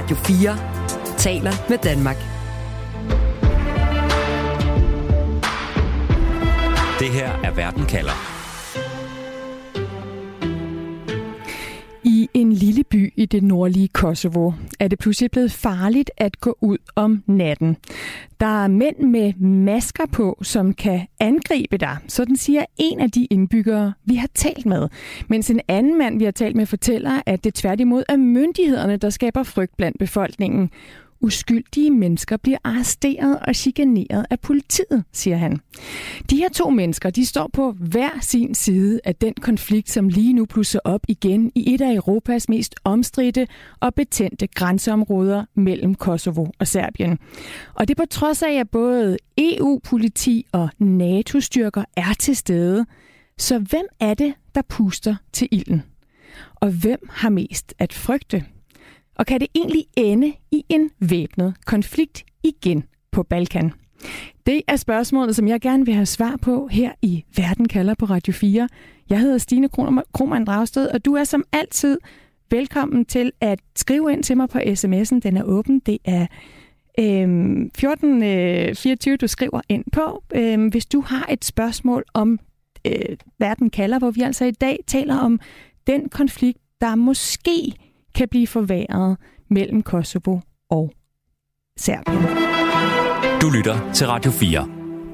Radio 4 taler med Danmark. Det her er Verden kalder. I en lille by i det nordlige Kosovo er det pludselig blevet farligt at gå ud om natten. Der er mænd med masker på, som kan angribe dig. Sådan siger en af de indbyggere, vi har talt med. Mens en anden mand, vi har talt med, fortæller, at det tværtimod er myndighederne, der skaber frygt blandt befolkningen. Uskyldige mennesker bliver arresteret og chikaneret af politiet, siger han. De her to mennesker, de står på hver sin side af den konflikt, som lige nu blusser op igen i et af Europas mest omstridte og betændte grænseområder mellem Kosovo og Serbien. Og det på trods af, at både EU-politi og NATO-styrker er til stede. Så hvem er det, der puster til ilden? Og hvem har mest at frygte? Og kan det egentlig ende i en væbnet konflikt igen på Balkan? Det er spørgsmålet, som jeg gerne vil have svar på her i Verden kalder på Radio 4. Jeg hedder Stine Krohmann Dragsted, og du er som altid velkommen til at skrive ind til mig på sms'en. Den er åben. Det er 1424, du skriver ind på. Hvis du har et spørgsmål om Verden kalder, hvor vi altså i dag taler om den konflikt, der måske kan blive forværret mellem Kosovo og Serbien. Du lytter til Radio 4.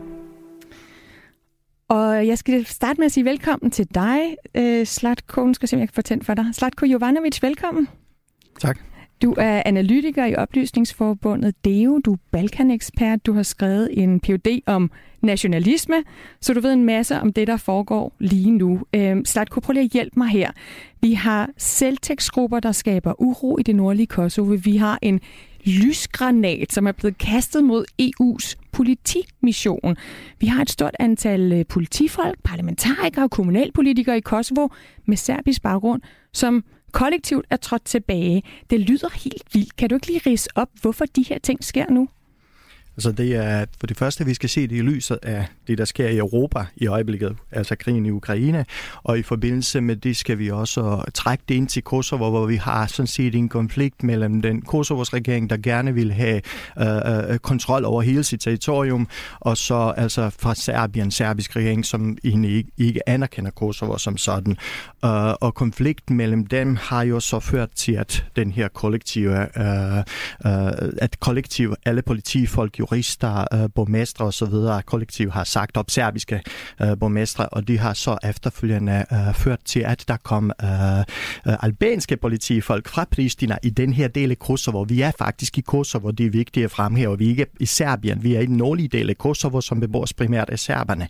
Og jeg skal starte med at sige velkommen til dig, Zlatko. Nu skal jeg se, om jeg kan få tændt for dig. Zlatko Jovanovic, velkommen. Tak. Du er analytiker i Oplysningsforbundet DEO. Du er Balkan-ekspert. Du har skrevet en Ph.D. om nationalisme, så du ved en masse om det, der foregår lige nu. Zlatko, prøv lige at hjælpe mig her. Vi har selvtægtsgrupper, der skaber uro i det nordlige Kosovo. Vi har en lysgranat, som er blevet kastet mod EU's politimission. Vi har et stort antal politifolk, parlamentarikere og kommunalpolitikere i Kosovo med serbisk baggrund, som kollektivt er trådt tilbage. Det lyder helt vildt. Kan du ikke lige ridse op, hvorfor de her ting sker nu? Altså det er for det første, vi skal se det i lyset af det, der sker i Europa i øjeblikket, altså krigen i Ukraine, og i forbindelse med det skal vi også trække det ind til Kosovo, hvor vi har sådan set en konflikt mellem den Kosovos regering, der gerne vil have kontrol over hele sit territorium, og så altså fra Serbien, serbisk regering, som egentlig ikke anerkender Kosovo som sådan. Og konflikten mellem dem har jo så ført til, at den her kollektiv, alle politifolk, jurister, borgmestre osv. kollektiv har sagt op serbiske borgmestre, og de har så efterfølgende ført til, at der kom albanske politifolk fra Pristina i den her del af Kosovo. Vi er faktisk i Kosovo, det er vigtigt at fremhæve. Vi er ikke i Serbien, vi er i den nordlige del af Kosovo, som bebores primært af serberne.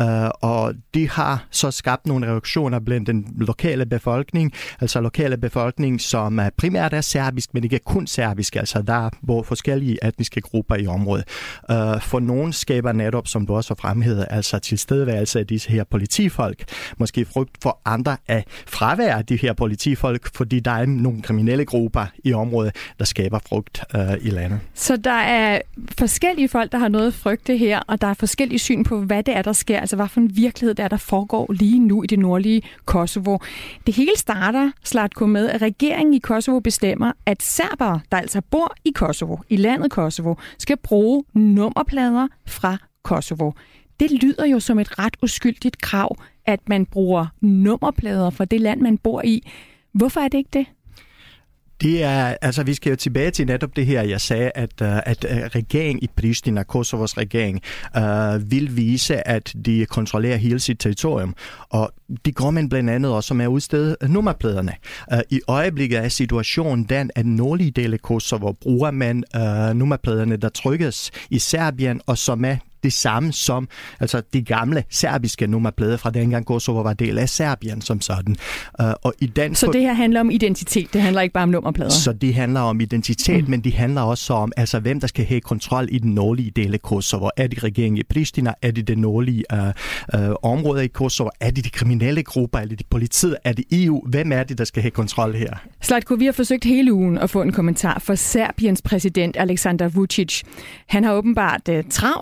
Og de har så skabt nogle reaktioner blandt den lokale befolkning, altså lokale befolkning, som primært er serbisk, men ikke kun serbisk, altså der bor forskellige etniske grupper i området. For nogen skaber netop, som du også har fremhævet, altså tilstedeværelse af disse her politifolk, måske frygt for andre af fravær af de her politifolk, fordi der er nogle kriminelle grupper i området, der skaber frygt i landet. Så der er forskellige folk, der har noget at frygte her, og der er forskellige syn på, hvad det er, der sker, altså hvad for en virkelighed det er, der foregår lige nu i det nordlige Kosovo. Det hele starter, Zlatko, med, at regeringen i Kosovo bestemmer, at serbere, der altså bor i Kosovo, i landet Kosovo, skal bruge nummerplader fra Kosovo. Det lyder jo som et ret uskyldigt krav, at man bruger nummerplader fra det land, man bor i. Hvorfor er det ikke det? Det er, altså vi skal jo tilbage til netop det her, jeg sagde, at regeringen i Pristina, Kosovos regering, vil vise, at de kontrollerer hele sit territorium. Og det går man blandt andet også med at udstede nummerpladerne. I øjeblikket er situationen den, at nordlige del af Kosovo bruger man nummerpladerne, der trykkes i Serbien, og som er det samme som altså de gamle serbiske nummerplader fra dengang Kosovo var del af Serbien som sådan. Og i den så det her handler om identitet, det handler ikke bare om nummerplader? Så det handler om identitet, men det handler også om, altså hvem der skal have kontrol i den nordlige del af Kosovo. Er det regeringen i Pristina? Er det nordlige områder i Kosovo? Er det de kriminelle grupper? Er det politiet? Er det EU? Hvem er det, der skal have kontrol her? Zlatko, vi har forsøgt hele ugen at få en kommentar fra Serbiens præsident Aleksandar Vučić. Han har åbenbart travlt. Han er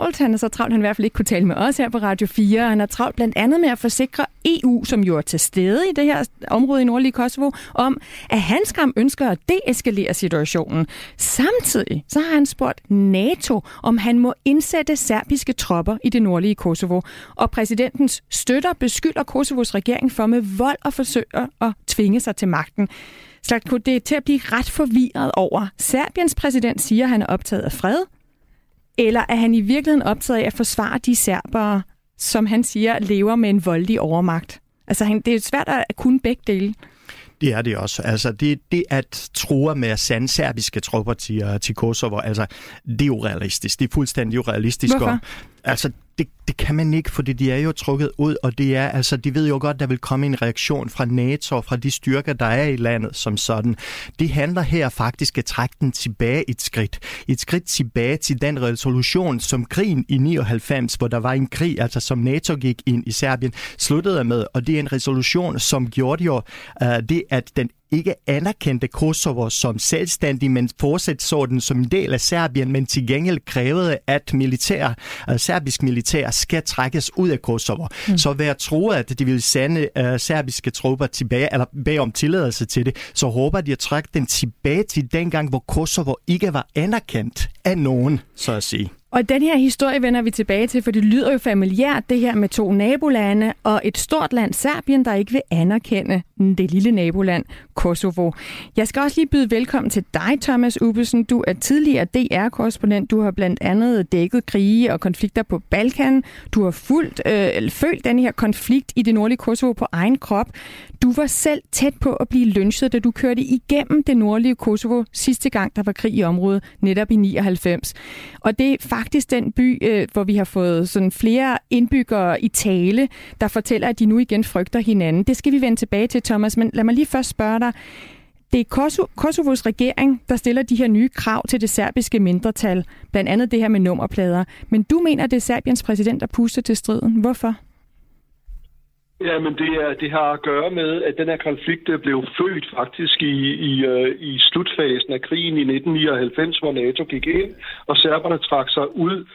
så travlt, han i hvert fald ikke kunne tale med os her på Radio 4. Han er travlt blandt andet med at forsikre EU, som jo er til stede i det her område i nordlige Kosovo, om, at han skam ønsker at deeskalere situationen. Samtidig så har han spurgt NATO, om han må indsætte serbiske tropper i det nordlige Kosovo. Og præsidentens støtter beskylder Kosovos regering for med vold og forsøger at tvinge sig til magten. Slatko, det er til at blive ret forvirret over. Serbiens præsident siger, at han er optaget af fred, eller er han i virkeligheden optaget af at forsvare de serbere, som han siger, lever med en voldelig overmagt? Altså, det er svært at kunne begge dele. Det er det også. Altså, det at true med at sende serbiske tropper til Kosovo, altså, det er jo realistisk. Det er fuldstændig urealistisk. Hvorfor? Altså, det kan man ikke, fordi de er jo trukket ud, og det er, altså, de ved jo godt, der vil komme en reaktion fra NATO, fra de styrker, der er i landet som sådan. Det handler her faktisk at trække den tilbage et skridt tilbage til den resolution, som krigen i 99, hvor der var en krig, altså som NATO gik ind i Serbien, sluttede med, og det er en resolution, som gjorde jo det, at den ikke anerkendte Kosovo som selvstændig, men fortsat så den som en del af Serbien, men til gengæld krævede, at serbisk militær skal trækkes ud af Kosovo. Så ved at tro, at de ville sende serbiske tropper tilbage, eller bede om tilladelse til det, så håber de at trække den tilbage til dengang, hvor Kosovo ikke var anerkendt af nogen, så at sige. Og den her historie vender vi tilbage til, for det lyder jo familiært, det her med 2 nabolande og et stort land, Serbien, der ikke vil anerkende det lille naboland, Kosovo. Jeg skal også lige byde velkommen til dig, Thomas Ubbesen. Du er tidligere DR-korrespondent. Du har blandt andet dækket krige og konflikter på Balkan. Du har følt den her konflikt i det nordlige Kosovo på egen krop. Du var selv tæt på at blive lynchet, da du kørte igennem det nordlige Kosovo sidste gang, der var krig i området, netop i 99. Og det er faktisk den by, hvor vi har fået sådan flere indbyggere i tale, der fortæller, at de nu igen frygter hinanden. Det skal vi vende tilbage til, Thomas, men lad mig lige først spørge dig. Det er Kosovos regering, der stiller de her nye krav til det serbiske mindretal, blandt andet det her med nummerplader. Men du mener, det er Serbiens præsident, der puster til striden. Hvorfor? Ja, men det har at gøre med, at den her konflikt blev født faktisk i slutfasen af krigen i 1999, hvor NATO gik ind, og serberne trak sig ud.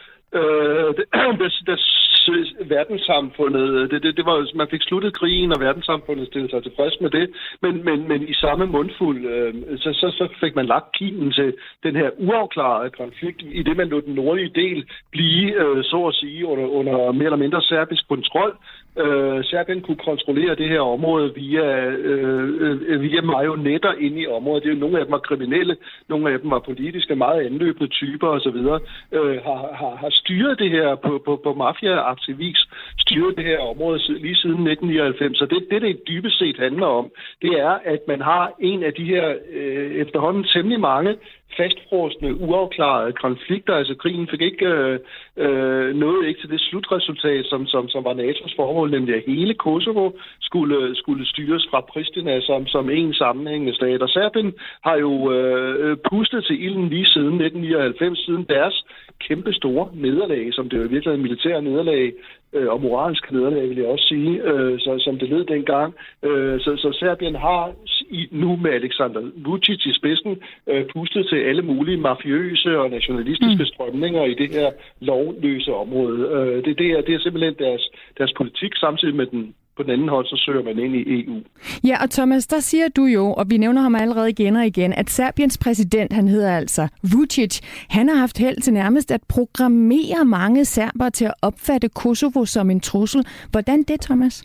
Verdenssamfundet, det var, man fik sluttet krigen, og verdenssamfundet stillede sig tilfreds med det, men i samme mundfuld, så fik man lagt kimen til den her uafklarede konflikt, i det man lod den nordlige del blive, så at sige, under mere eller mindre serbisk kontrol. Serbien kunne kontrollere det her område via marionetter inde i området. Det er jo, nogle af dem var kriminelle, nogle af dem var politiske, meget anløbende typer osv. Har styret det her på mafia-aktiv vis, styret det her område lige siden 1999. Så det dybest set handler om, det er, at man har en af de her efterhånden temmelig mange fastfrosne, uafklarede konflikter. Altså krigen fik ikke nåede ikke til det slutresultat, som var NATO's formål, nemlig at hele Kosovo skulle styres fra Pristina som en sammenhængende stat. Og Serbien har jo pustet til ilden lige siden 1999, siden deres kæmpe store nederlag, som det jo i virkeligheden militære nederlag, og moralsk nederlag, vil jeg også sige, som det lød dengang. Så Serbien har nu med Aleksandar Vučić i spidsen pustet til alle mulige mafiøse og nationalistiske strømninger i det her lovløse område. Det er simpelthen deres politik, samtidig med på den anden hånd, så søger man ind i EU. Ja, og Thomas, der siger du jo, og vi nævner ham allerede igen og igen, at Serbiens præsident, han hedder altså Vučić, han har haft held til nærmest at programmere mange serbere til at opfatte Kosovo som en trussel. Hvordan det, Thomas?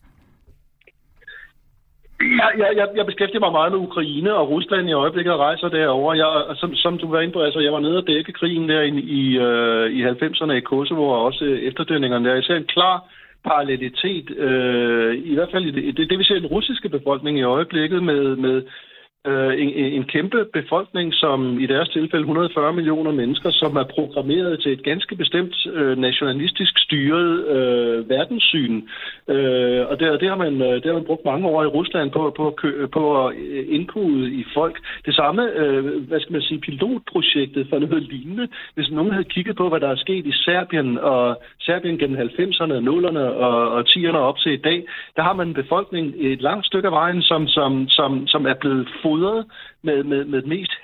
Jeg beskæftiger mig meget med Ukraine og Rusland i øjeblikket og rejser derover. Som du var inde på, altså jeg var nede og dække krigen der i 90'erne i Kosovo og også efterdønningerne der. Jeg ser en klar parallelitet, i hvert fald det vi ser i den russiske befolkning i øjeblikket med en kæmpe befolkning, som i deres tilfælde 140 millioner mennesker, som er programmeret til et ganske bestemt nationalistisk styret verdenssyn. Og det har man brugt mange år i Rusland på at indpude i folk. Det samme, pilotprojektet for noget lignende. Hvis nogen havde kigget på, hvad der er sket i Serbien gennem 90'erne, 0'erne og 10'erne op til i dag, der har man en befolkning et langt stykke af vejen, som er blevet fodret med den mest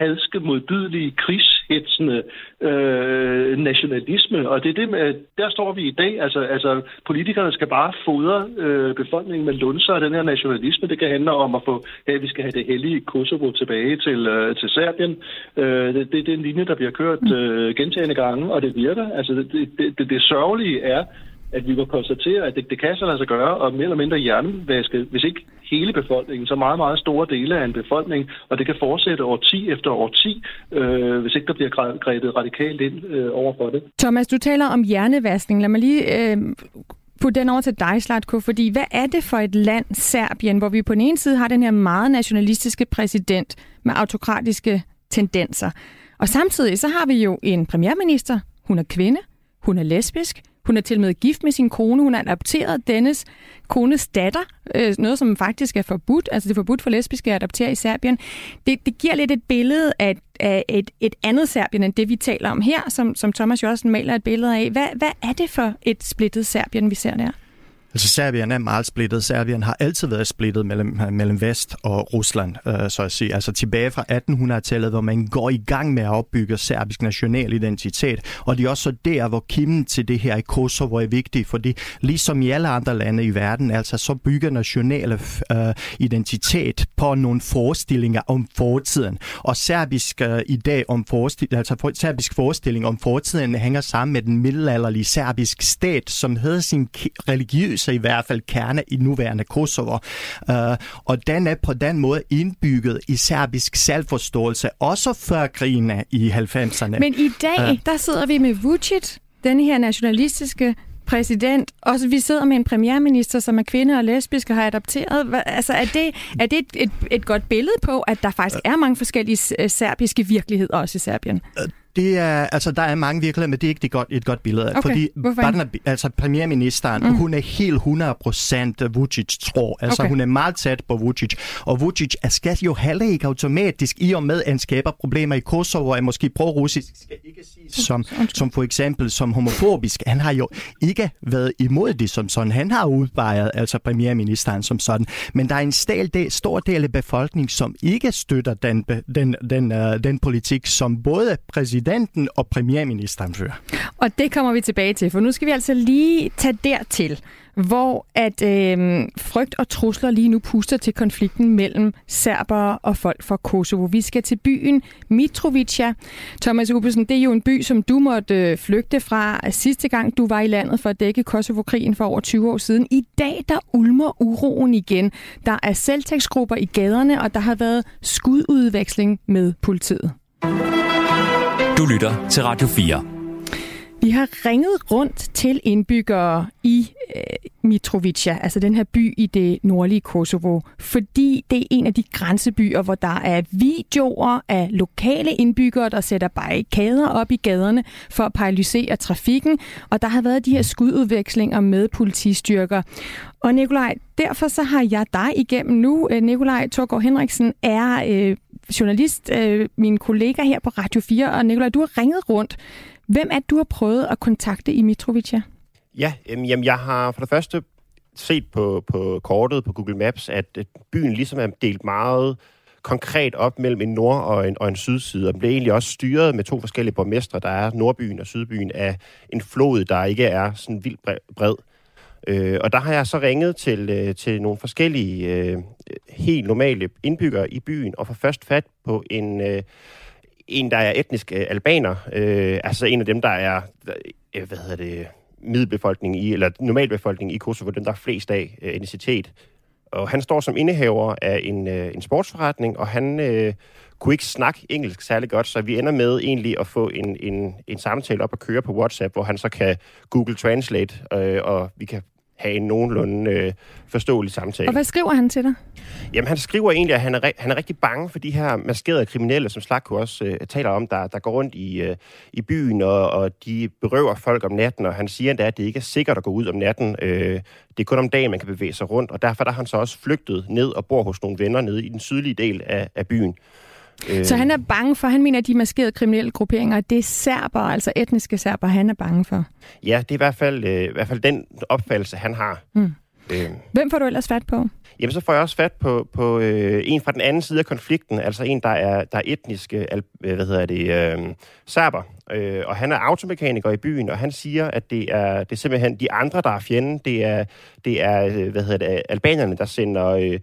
hadske, modbydelige, krigshetsende nationalisme. Og det er det med, der står vi i dag. Altså politikerne skal bare fodre befolkningen med lunser af den her nationalisme. Det kan handle om at få, at vi skal have det hellige Kosovo tilbage til Serbien. Det er en linje, der bliver kørt gentagne gange, og det virker. Altså det sørgelige er, at vi må konstatere, at det kan lade sig gøre, og mere eller mindre hjernevaske, hvis ikke hele befolkningen, så meget, meget store dele af en befolkning, og det kan fortsætte årti efter årti, hvis ikke der bliver grebet radikalt ind over for det. Thomas, du taler om hjernevaskning. Lad mig lige putte den over til dig, Zlatko, fordi hvad er det for et land, Serbien, hvor vi på den ene side har den her meget nationalistiske præsident med autokratiske tendenser, og samtidig så har vi jo en premierminister, hun er kvinde, hun er lesbisk, hun er til og med gift med sin kone. Hun har adopteret dennes kones datter. Noget, som faktisk er forbudt. Altså det er forbudt for lesbiske at adoptere i Serbien. Det giver lidt et billede af et andet Serbien, end det vi taler om her, som Thomas jo også maler et billede af. Hvad er det for et splittet Serbien, vi ser der? Altså Serbien er meget splittet. Serbien har altid været splittet mellem Vest og Rusland, så at sige. Altså tilbage fra 1800-tallet, hvor man går i gang med at opbygge serbisk national identitet. Og det er også der, hvor kimen til det her i Kosovo er vigtig, fordi ligesom i alle andre lande i verden, altså så bygger nationale identitet på nogle forestillinger om fortiden. Og serbisk serbisk forestilling om fortiden hænger sammen med den middelalderlige serbisk stat, som havde sin religiøse i hvert fald kerne i nuværende Kosovo. Og den er på den måde indbygget i serbisk selvforståelse, også før krigene i 90'erne. Men i dag, der sidder vi med Vučić, denne her nationalistiske præsident, og vi sidder med en premierminister, som er kvinde og lesbisk og har adopteret. Altså, er det et godt billede på, at der faktisk er mange forskellige serbiske virkeligheder også i Serbien? Det er, altså, der er mange virkeligheder, men det er ikke et godt billede. Okay. Fordi premierministeren, hun er helt 100% Vučić-tro. Altså, hun er meget tæt på Vučić. Og Vučić skal jo heller ikke automatisk, i og med, at han skaber problemer i Kosovo, og måske pro-russisk, skal ikke sige som for eksempel som homofobisk. Han har jo ikke været imod det som sådan. Han har udpeget, altså premierministeren som sådan. Men der er en stor del af befolkningen, som ikke støtter den politik, som både præsidenten og premierministeren fører. Og det kommer vi tilbage til, for nu skal vi altså lige tage dertil, hvor at frygt og trusler lige nu puster til konflikten mellem serbere og folk fra Kosovo. Vi skal til byen Mitrovica. Thomas Ubbesen, det er jo en by, som du måtte flygte fra sidste gang, du var i landet for at dække Kosovo-krigen for over 20 år siden. I dag, der ulmer uroen igen. Der er selvtægtsgrupper i gaderne, og der har været skududveksling med politiet. Du lytter til Radio 4. Vi har ringet rundt til indbyggere i Mitrovica, altså den her by i det nordlige Kosovo, fordi det er en af de grænsebyer, hvor der er videoer af lokale indbyggere, der sætter barrikader op i gaderne for at paralysere trafikken, og der har været de her skududvekslinger med politistyrker. Og Nikolaj, derfor så har jeg dig igennem nu. Nikolaj Thorgaard Henriksen er journalist, min kollega her på Radio 4, og Nikolaj, du har ringet rundt. Hvem er det, du har prøvet at kontakte i Mitrovica? Ja, jamen jeg har for det første set på kortet på Google Maps, at byen ligesom er delt meget konkret op mellem en nord- og en sydside, og den bliver egentlig også styret med to forskellige borgmestre. Der er Nordbyen og Sydbyen af en flod, der ikke er sådan vildt bred. Og der har jeg så ringet til nogle forskellige helt normale indbyggere i byen, og får først fat på en, der er etnisk albaner, altså en af dem, der er, middelbefolkning eller normalbefolkning i Kosovo, dem der er flest af etnicitet. Og han står som indehaver af en sportsforretning, og han kunne ikke snakke engelsk særlig godt, så vi ender med egentlig at få en samtale op at køre på WhatsApp, hvor han så kan Google Translate, og vi kan have en nogenlunde forståelig samtale. Og hvad skriver han til dig? Jamen, han skriver egentlig, at han er rigtig bange for de her maskerede kriminelle, som Zlatko også taler om, der går rundt i byen, og de berøver folk om natten, og han siger endda, at det ikke er sikkert at gå ud om natten. Det er kun om dagen, man kan bevæge sig rundt, og derfor er han så også flygtet ned og bor hos nogle venner nede i den sydlige del af byen. Så han er bange for, han mener, at de maskerede kriminelle grupperinger, det er serbere, altså etniske serbere, han er bange for? Ja, det er i hvert fald den opfattelse, han har. Hvem får du ellers fat på? Jamen, så får jeg også fat på en fra den anden side af konflikten, altså en, der er etniske, serber. Og han er automekaniker i byen, og han siger, at det er simpelthen de andre, der er fjenden. Det er albanerne, der sender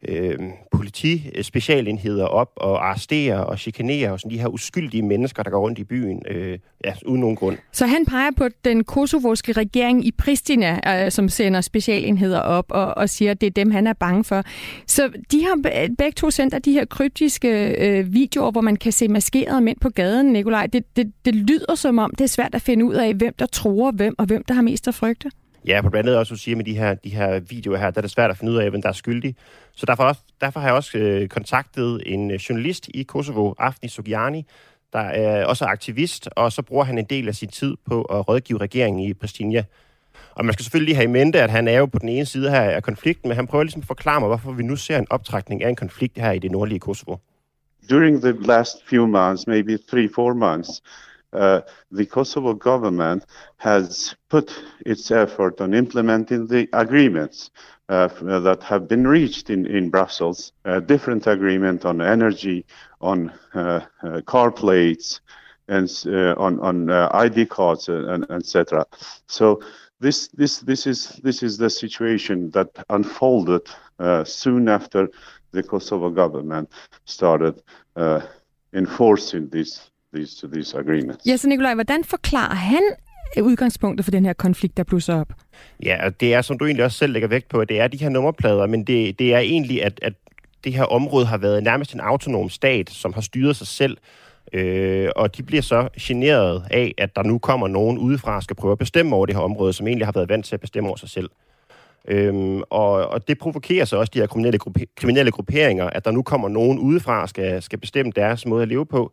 politispecialenheder op og arresterer og chikanerer og sådan de her uskyldige mennesker, der går rundt i byen uden nogen grund. Så han peger på den kosovoske regering i Pristina, som sender specialenheder op og siger, at det er dem, han er bange for. Så de har begge to sendt de her kryptiske videoer, hvor man kan se maskerede mænd på gaden, Nikolaj. Det lyder som om, det er svært at finde ud af, hvem der tror hvem, og hvem der har mest at frygte. Ja, på blandt andet også, du siger med de her videoer her, der er det svært at finde ud af, hvem der er skyldig. Så derfor har jeg også kontaktet en journalist i Kosovo, Afni Sogiani, der er også aktivist, og så bruger han en del af sin tid på at rådgive regeringen i Pristina. Og man skal selvfølgelig have i mente, at han er jo på den ene side her af konflikten, men han prøver ligesom at forklare mig, hvorfor vi nu ser en optrækning af en konflikt her i det nordlige Kosovo. During the last few months, maybe 3-4 months, the Kosovo government has put its effort on implementing the agreements that have been reached in Brussels, different agreement on energy, on car plates, and on ID cards, and etc. So this is the situation that unfolded soon after the Kosovo government started enforcing these agreements. Ja, så Nikolaj, hvordan forklarer han udgangspunktet for den her konflikt, der blusser op? Ja, og det er, som du egentlig også selv lægger vægt på, at det er de her nummerplader, men det er egentlig, at det her område har været nærmest en autonom stat, som har styret sig selv, og de bliver så generet af, at der nu kommer nogen udefra og skal prøve at bestemme over det her område, som egentlig har været vant til at bestemme over sig selv. Og det provokerer så også de her kriminelle grupperinger, at der nu kommer nogen udefra og skal bestemme deres måde at leve på.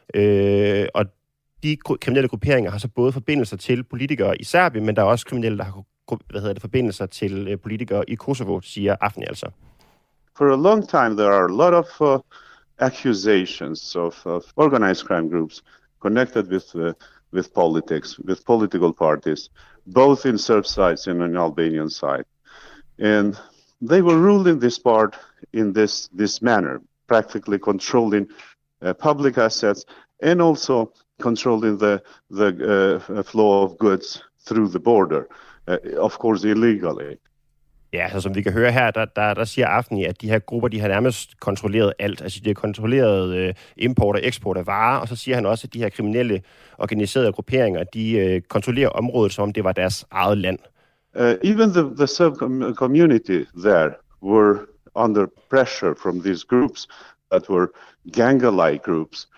Og de kriminelle grupperinger har så både forbindelser til politikere i Serbien, men der er også kriminelle, der har forbindelser til politikere i Kosovo, siger Afni altså. For a long time there are a lot of accusations of organized crime groups connected with politics, with political parties, both in Serb sides and on Albanian side. And they were ruling this part in this manner, practically controlling public assets and also controlling the flow of goods through the border, of course illegally. Ja, så som vi kan høre her, der siger Afni, at de her grupper, de har nærmest kontrolleret alt. Altså, de har kontrolleret import og eksport af varer, og så siger han også, at de her kriminelle organiserede grupperinger, de kontrollerer området, som om det var deres eget land. Even the Serb community there were under pressure from these groups that were gang-alike groups,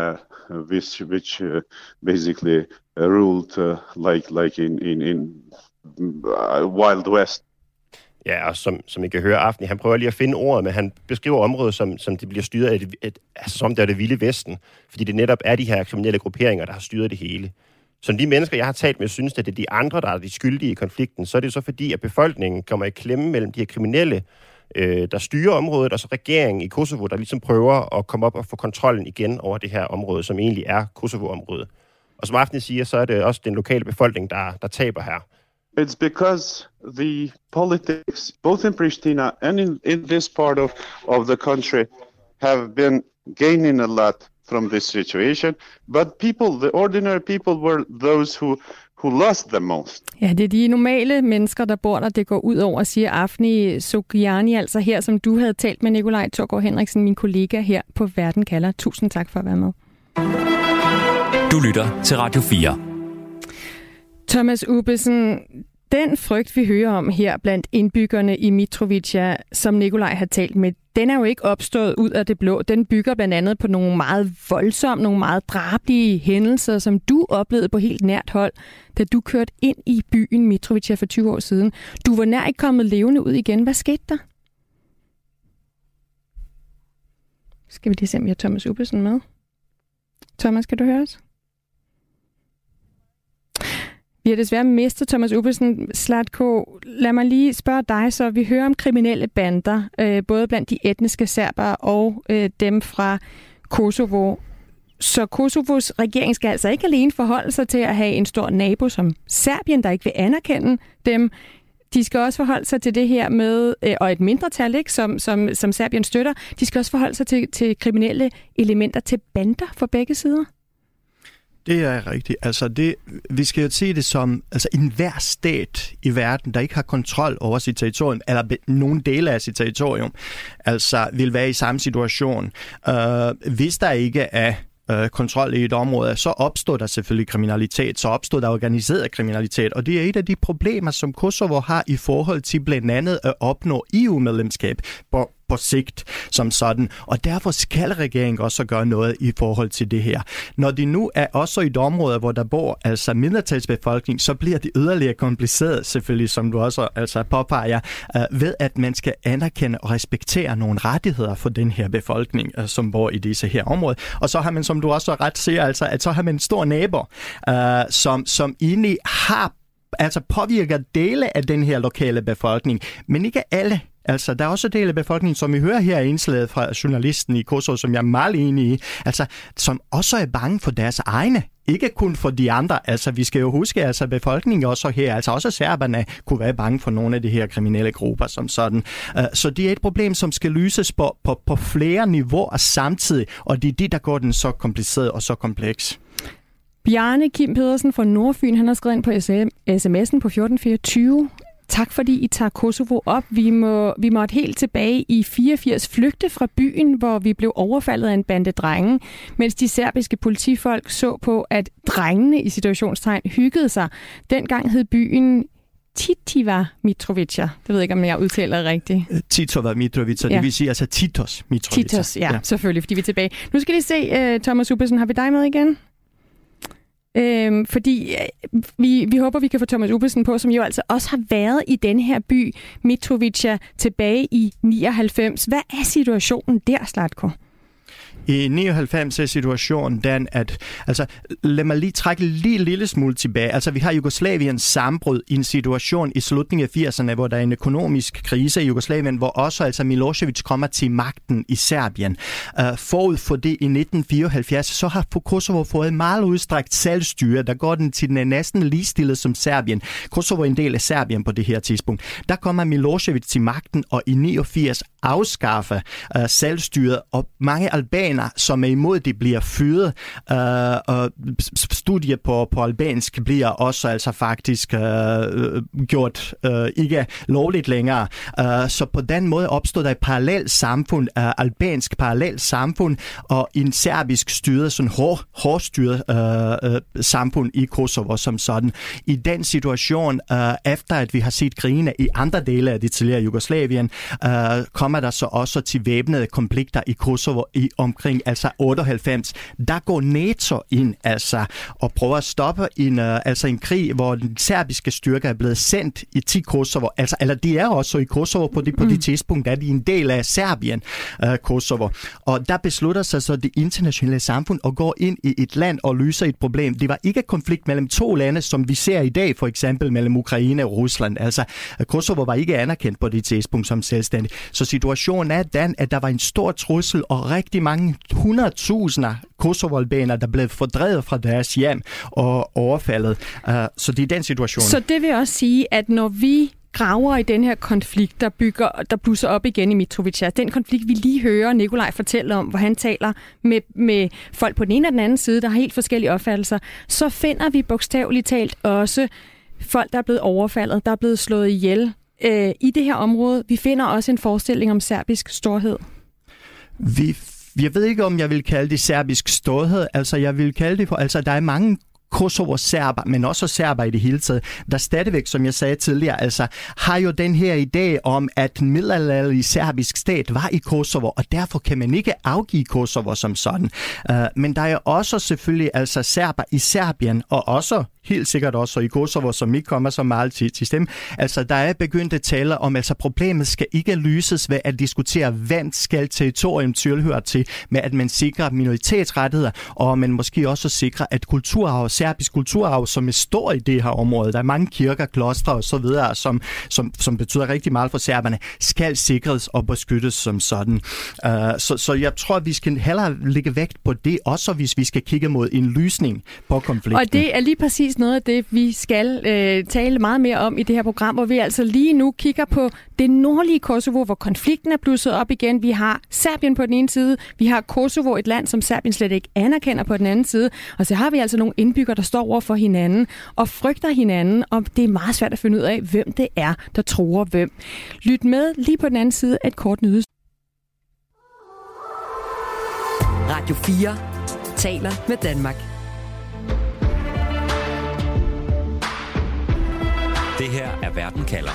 which basically ruled like in Wild West. Ja, og som I kan høre, Afni, han prøver lige at finde ordet, men han beskriver området, som det bliver styret af, altså som det er det vilde vesten, fordi det netop er de her kriminelle grupperinger, der har styret det hele. Så de mennesker, jeg har talt med, synes, at det er de andre, der er de skyldige i konflikten, så er det så fordi, at befolkningen kommer i klemme mellem de her kriminelle, der styrer området, og så regeringen i Kosovo, der ligesom prøver at komme op og få kontrollen igen over det her område, som egentlig er Kosovo-området. Og som Afni siger, så er det også den lokale befolkning, der taber her. It's because the politics, both in Pristina and in this part of the country, have been gaining a lot from this situation. But the ordinary people, were those who lost the most. Ja, det er de normale mennesker, der bor der, det går ud over, siger Afni Sogiani, altså her, som du havde talt med Nikolaj Thorgaard Henriksen, min kollega her på Verden kalder. Tusind tak for at være med. Du lytter til Radio 4. Thomas Ubbesen, den frygt, vi hører om her blandt indbyggerne i Mitrovica, som Nikolaj har talt med, den er jo ikke opstået ud af det blå. Den bygger blandt andet på nogle meget voldsomme, nogle meget drabelige hændelser, som du oplevede på helt nært hold, da du kørte ind i byen Mitrovica for 20 år siden. Du var nær ikke kommet levende ud igen. Hvad skete der? Skal vi lige se, om vi har Thomas Ubbesen med? Thomas, kan du høre os? Vi har desværre mistet Thomas Ubbesen. Slatko, lad mig lige spørge dig, så vi hører om kriminelle bander, både blandt de etniske serbere og dem fra Kosovo. Så Kosovos regering skal altså ikke alene forholde sig til at have en stor nabo som Serbien, der ikke vil anerkende dem. De skal også forholde sig til det her med, og et mindretal, ikke, som Serbien støtter, de skal også forholde sig til kriminelle elementer, til bander for begge sider. Det er rigtigt. Altså vi skal jo se det som enhver stat i verden, der ikke har kontrol over sit territorium, eller nogen dele af sit territorium, vil være i samme situation. Hvis der ikke er kontrol i et område, så opstår der selvfølgelig kriminalitet, så opstår der organiseret kriminalitet, og det er et af de problemer, som Kosovo har i forhold til blandt andet at opnå EU-medlemskab på sigt som sådan. Og derfor skal regeringen også gøre noget i forhold til det her. Når de nu er også i et område, hvor der bor mindretalsbefolkning, så bliver det yderligere kompliceret, selvfølgelig, som du også påpeger, ved at man skal anerkende og respektere nogle rettigheder for den her befolkning, som bor i disse her områder. Og så har man, som du også ret siger, at så har man en stor nabo, som egentlig har påvirker dele af den her lokale befolkning, men ikke alle. Der er også dele af befolkningen, som vi hører her i indslaget fra journalisten i Kosovo, som jeg er meget enig i, som også er bange for deres egne, ikke kun for de andre. Vi skal jo huske, befolkningen også her, også serberne kunne være bange for nogle af de her kriminelle grupper som sådan. Så det er et problem, som skal løses på flere niveauer samtidig, og det er det, der gør den så kompliceret og så kompleks. Bjarne Kim Pedersen fra Nordfyn, han har skrevet ind på sms'en på 1424. Tak fordi I tager Kosovo op. Vi måtte helt tilbage i 84 flygte fra byen, hvor vi blev overfaldet af en bande drenge, mens de serbiske politifolk så på, at drengene i situationstegn hyggede sig. Dengang hed byen Titova Mitrovica. Det ved jeg ikke, om jeg udtaler rigtigt. Titova Mitrovica, det vil sige Titos Mitrovica. Titos, ja, selvfølgelig, fordi vi er tilbage. Nu skal vi se, Thomas Ubbesen, har vi dig med igen? Fordi vi håber, vi kan få Thomas Ubbesen på, som jo altså også har været i denne her by, Mitrovica, tilbage i 99. Hvad er situationen der, Zlatko? I 99 er situationen den, at lad mig lige trække en lille smule tilbage. Vi har Jugoslaviens sammenbrud i en situation i slutningen af 80'erne, hvor der er en økonomisk krise i Jugoslavien, hvor også Milošević kommer til magten i Serbien. Forud for det i 1974, så har Kosovo fået meget udstrakt selvstyre. Der går den til den næsten ligestillet som Serbien. Kosovo er en del af Serbien på det her tidspunkt. Der kommer Milošević til magten, og i 89 afskaffer selvstyret, og mange albaner, som er imod det, bliver fyret. Studier på albansk bliver også faktisk gjort ikke lovligt længere. Så på den måde opstod der et parallelt samfund, albansk parallelt samfund, og en serbisk styret, sådan hårdstyret samfund i Kosovo som sådan. I den situation, efter at vi har set krigene i andre dele af det tidligere Jugoslavien, kommer der så også til væbnede konflikter i Kosovo i omkring 98. Der går NATO ind og prøver at stoppe en krig, hvor den serbiske styrker er blevet sendt til Kosovo. Eller de er også i Kosovo på det tidspunkt, er de en del af Serbien, Kosovo. Og der beslutter sig så det internationale samfund at gå ind i et land og løse et problem. Det var ikke konflikt mellem to lande, som vi ser i dag, for eksempel mellem Ukraine og Rusland. Kosovo var ikke anerkendt på det tidspunkt som selvstændig. Så situationen er den, at der var en stor trussel, og rigtig mange 100.000 kosovo-albaner, der blev fordrevet fra deres hjem og overfaldet. Så det er den situation. Så det vil også sige, at når vi graver i den her konflikt, der blusser op igen i Mitrovica, den konflikt, vi lige hører Nikolaj fortælle om, hvor han taler med folk på den ene og den anden side, der har helt forskellige opfattelser, så finder vi bogstaveligt talt også folk, der er blevet overfaldet, der er blevet slået ihjel i det her område. Vi finder også en forestilling om serbisk storhed. Jeg ved ikke, om jeg vil kalde det serbisk storhed. Jeg vil kalde det for, der er mange Kosovo-serber, men også serber i det hele taget, der stadigvæk, som jeg sagde tidligere, har jo den her idé om, at en middelalderlig serbisk stat var i Kosovo, og derfor kan man ikke afgive Kosovo som sådan. Men der er også selvfølgelig serber i Serbien, og også helt sikkert også i Kosovo, som ikke kommer så meget til stemme. Der er begyndt at tale om, problemet skal ikke løses ved at diskutere, hvem skal territorium tilhøre til, med at man sikrer minoritetsrettigheder, og man måske også sikrer, at kulturarv, serbisk kulturarv, som er stor i det her område, der er mange kirker, klostre og så videre, som betyder rigtig meget for serberne, skal sikres og beskyttes som sådan. Så jeg tror, vi skal hellere lægge vægt på det, også hvis vi skal kigge mod en løsning på konflikten. Og det er lige præcis præcis noget af det, vi skal tale meget mere om i det her program, hvor vi altså lige nu kigger på det nordlige Kosovo, hvor konflikten er blusset op igen. Vi har Serbien på den ene side, vi har Kosovo, et land, som Serbien slet ikke anerkender på den anden side, og så har vi altså nogle indbyggere, der står over for hinanden og frygter hinanden, og det er meget svært at finde ud af, hvem det er, der truer hvem. Lyt med lige på den anden side af et kort nyheds. Radio 4 taler med Danmark. Det her er Verden kalder.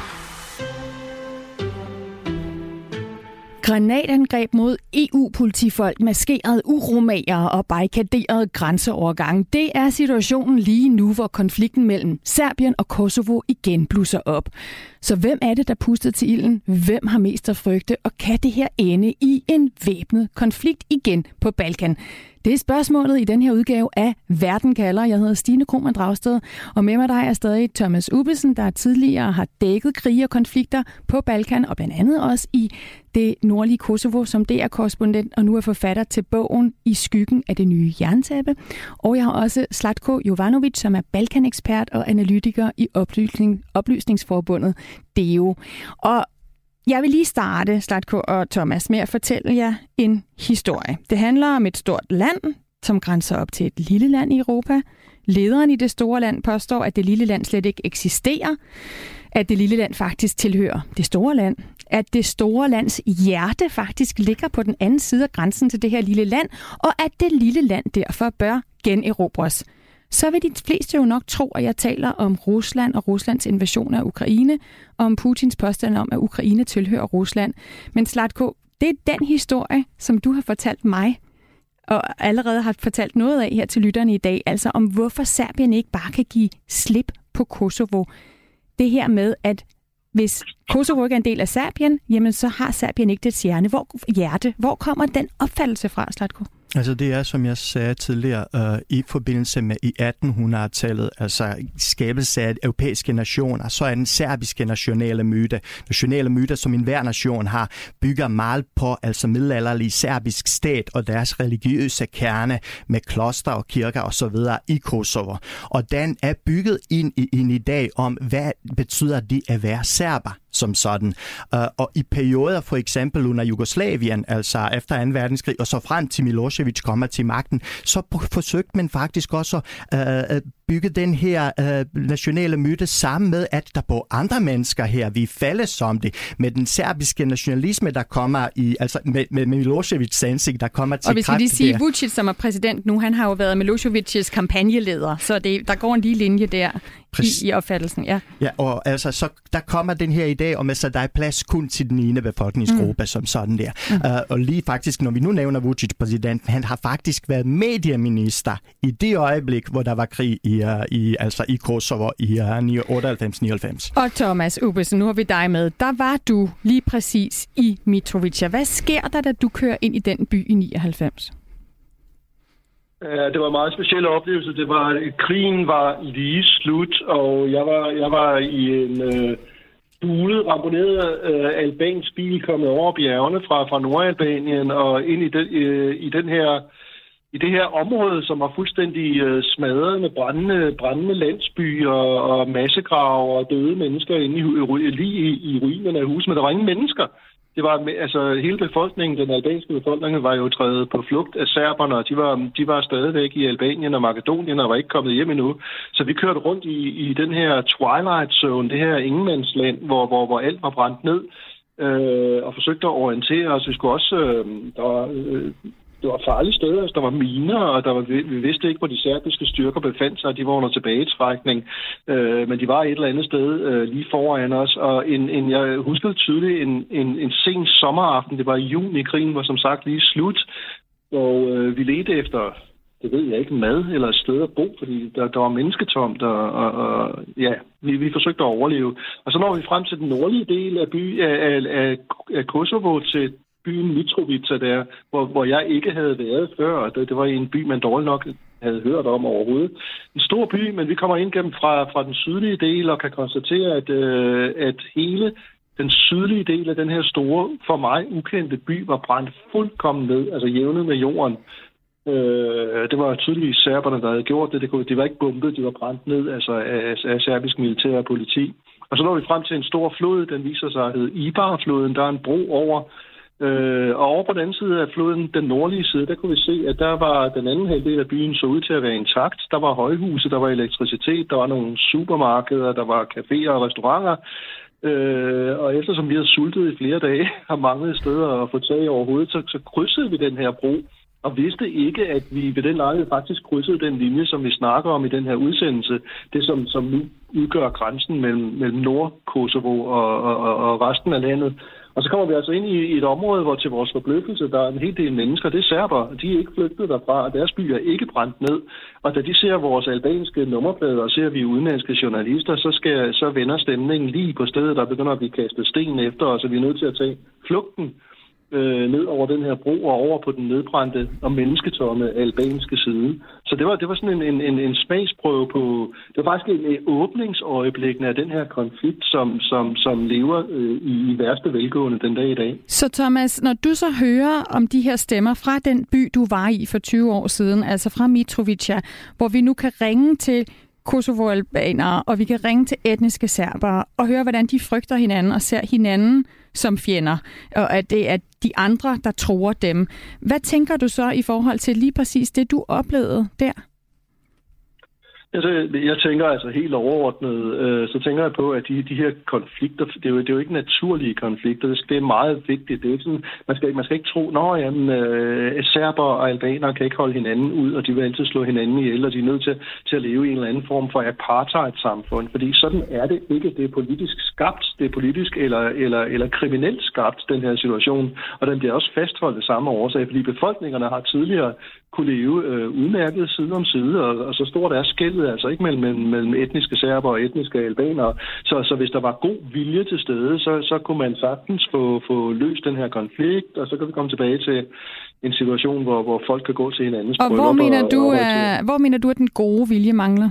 Granatangreb mod EU-politifolk, maskerede uromagere og barrikaderede grænseovergange. Det er situationen lige nu, hvor konflikten mellem Serbien og Kosovo igen blusser op. Så hvem er det, der puster til ilden? Hvem har mest at frygte? Og kan det her ende i en væbnet konflikt igen på Balkan? Det er spørgsmålet i den her udgave af Verden kalder. Jeg hedder Stine Krohmann Dragsted, og med mig der er stadig Thomas Ubbesen, der tidligere har dækket krige og konflikter på Balkan, og blandt andet også i det nordlige Kosovo, som DR-korrespondent, og nu er forfatter til bogen I skyggen af det nye jerntæppe. Og jeg har også Zlatko Jovanovic, som er Balkan-ekspert og analytiker i Oplysningsforbundet DEO. Og jeg vil lige starte, Zlatko og Thomas, med at fortælle jer en historie. Det handler om et stort land, som grænser op til et lille land i Europa. Lederen i det store land påstår, at det lille land slet ikke eksisterer. At det lille land faktisk tilhører det store land. At det store lands hjerte faktisk ligger på den anden side af grænsen til det her lille land. Og at det lille land derfor bør generobres. Så vil de fleste jo nok tro, at jeg taler om Rusland og Ruslands invasion af Ukraine, og om Putins påstand om, at Ukraine tilhører Rusland. Men Zlatko, det er den historie, som du har fortalt mig, og allerede har fortalt noget af her til lytterne i dag, altså om hvorfor Serbien ikke bare kan give slip på Kosovo. Det her med, at hvis Kosovo ikke er en del af Serbien, jamen så har Serbien ikke det hjerte. Hvor kommer den opfattelse fra, Zlatko? Altså det er, som jeg sagde tidligere, i forbindelse med i 1800-tallet, altså skabelse af europæiske nationer, så er den serbiske nationale myte, som enhver nation har, bygger meget på altså middelalderlig serbisk stat og deres religiøse kerne med kloster og kirker osv. i Kosovo. Og den er bygget ind i en idé om, hvad betyder det at være serber som sådan. Og i perioder, for eksempel under Jugoslavien, altså efter 2. verdenskrig, og så frem til Milošević kommer til magten, så forsøgte man faktisk også at bygge den her nationale myte sammen med, at der bor andre mennesker her. Vi fælles om det med den serbiske nationalisme, der kommer i, altså med Miloševićs ansigt, der kommer til kraft. Og hvis vi lige siger, Vučić, som er præsident nu, han har jo været Miloševićs kampagneleder, så der går en lige linje der i opfattelsen. Ja, og altså, så der kommer den her idé om, at der er plads kun til den ene befolkningsgruppe, som sådan der. Og lige faktisk, når vi nu nævner Vučić, præsidenten, han har faktisk været medieminister i det øjeblik, hvor der var krig i Kosovo i 98-99. Og Thomas Ubbesen, nu har vi dig med. Der var du lige præcis i Mitrovica. Hvad sker der, da du kører ind i den by i 99? Det var en meget speciel oplevelse. Krigen var lige slut, og jeg var i en bulet, ramponeret albansk bil kommet over bjergene fra Nordalbanien og ind i det her område, som var fuldstændig smadret med brændende landsbyer og massegrave og døde mennesker inde i ruinerne af hus, men der var ingen mennesker. Det var altså hele befolkningen, den albanske befolkning, var jo trædet på flugt af serberne, og de var stadigvæk i Albanien og Makedonien og var ikke kommet hjem endnu. Så vi kørte rundt i den her twilight zone, det her ingenmandsland, hvor alt var brændt ned, og forsøgte at orientere os. Vi skulle også det var farlige steder, altså, der var miner, og vi vidste ikke, hvor de serbiske styrker befandt sig, de var under tilbagetrækning, men de var et eller andet sted lige foran os, og jeg husker tydeligt en sen sommeraften, det var i juni, krigen var som sagt lige slut, og vi ledte efter, det ved jeg ikke, mad eller et sted at bo, fordi der var mennesketomt, og vi forsøgte at overleve. Og så når vi frem til den nordlige del af Kosovo, til byen Mitrovica der, hvor jeg ikke havde været før. Det var en by, man dårligt nok havde hørt om overhovedet. En stor by, men vi kommer ind gennem fra den sydlige del og kan konstatere, at hele den sydlige del af den her store, for mig ukendte by, var brændt fuldkommen ned, altså jævnet med jorden. Det var tydeligvis serberne, der havde gjort det. De var ikke bombet, de var brændt ned af serbisk militær og politi. Og så når vi frem til en stor flod, den viser sig at hedde Ibar-floden. Der er en bro over. Og over på den anden side af floden, den nordlige side, der kunne vi se, at der var den anden halvdel af byen så ud til at være intakt. Der var højhuse, der var elektricitet, der var nogle supermarkeder, der var caféer og restauranter. Og eftersom vi havde sultet i flere dage og manglet steder at få tag over hovedet, så krydsede vi den her bro. Og vidste ikke, at vi ved den lejlighed faktisk krydsede den linje, som vi snakker om i den her udsendelse. Det, som nu udgør grænsen mellem Nord-Kosovo og resten af landet. Og så kommer vi altså ind i et område, hvor til vores forbløffelse, der er en hel del mennesker. Det er serbere, de er ikke flygtet derfra, og deres by er ikke brændt ned. Og da de ser vores albanske nummerplader, og ser vi udenlandske journalister, så vender stemningen lige på stedet, der begynder at blive kastet sten efter os, og vi er nødt til at tage flugten ned over den her bro og over på den nedbrændte og mennesketomme albanske side. Så det var sådan en smagsprøve på... Det var faktisk en åbningsøjeblik af den her konflikt, som lever i værste velgående den dag i dag. Så Thomas, når du så hører om de her stemmer fra den by, du var i for 20 år siden, altså fra Mitrovica, hvor vi nu kan ringe til Kosovo-albanere, og vi kan ringe til etniske serbere og høre, hvordan de frygter hinanden og ser hinanden som fjender, og at det er de andre, der truer dem. Hvad tænker du så i forhold til lige præcis det, du oplevede der? Jeg tænker altså helt overordnet, så tænker jeg på, at de her konflikter, det er jo ikke naturlige konflikter, det er meget vigtigt. Det er ikke sådan, man skal ikke tro, serber og albanere kan ikke holde hinanden ud, og de vil altid slå hinanden ihjel, og de er nødt til at leve i en eller anden form for apartheid-samfund, fordi sådan er det ikke. Det er politisk skabt, det er politisk eller kriminelt skabt, den her situation, og den bliver også fastholdt af samme årsag, fordi befolkningerne har tidligere kunne leve udmærket side om side, og så stort er skældet altså ikke mellem etniske serber og etniske albanere. Så hvis der var god vilje til stede, så kunne man sagtens få løst den her konflikt, og så kan vi komme tilbage til en situation, hvor folk kan gå til hinandens bryllup. Og hvor mener du, at den gode vilje mangler?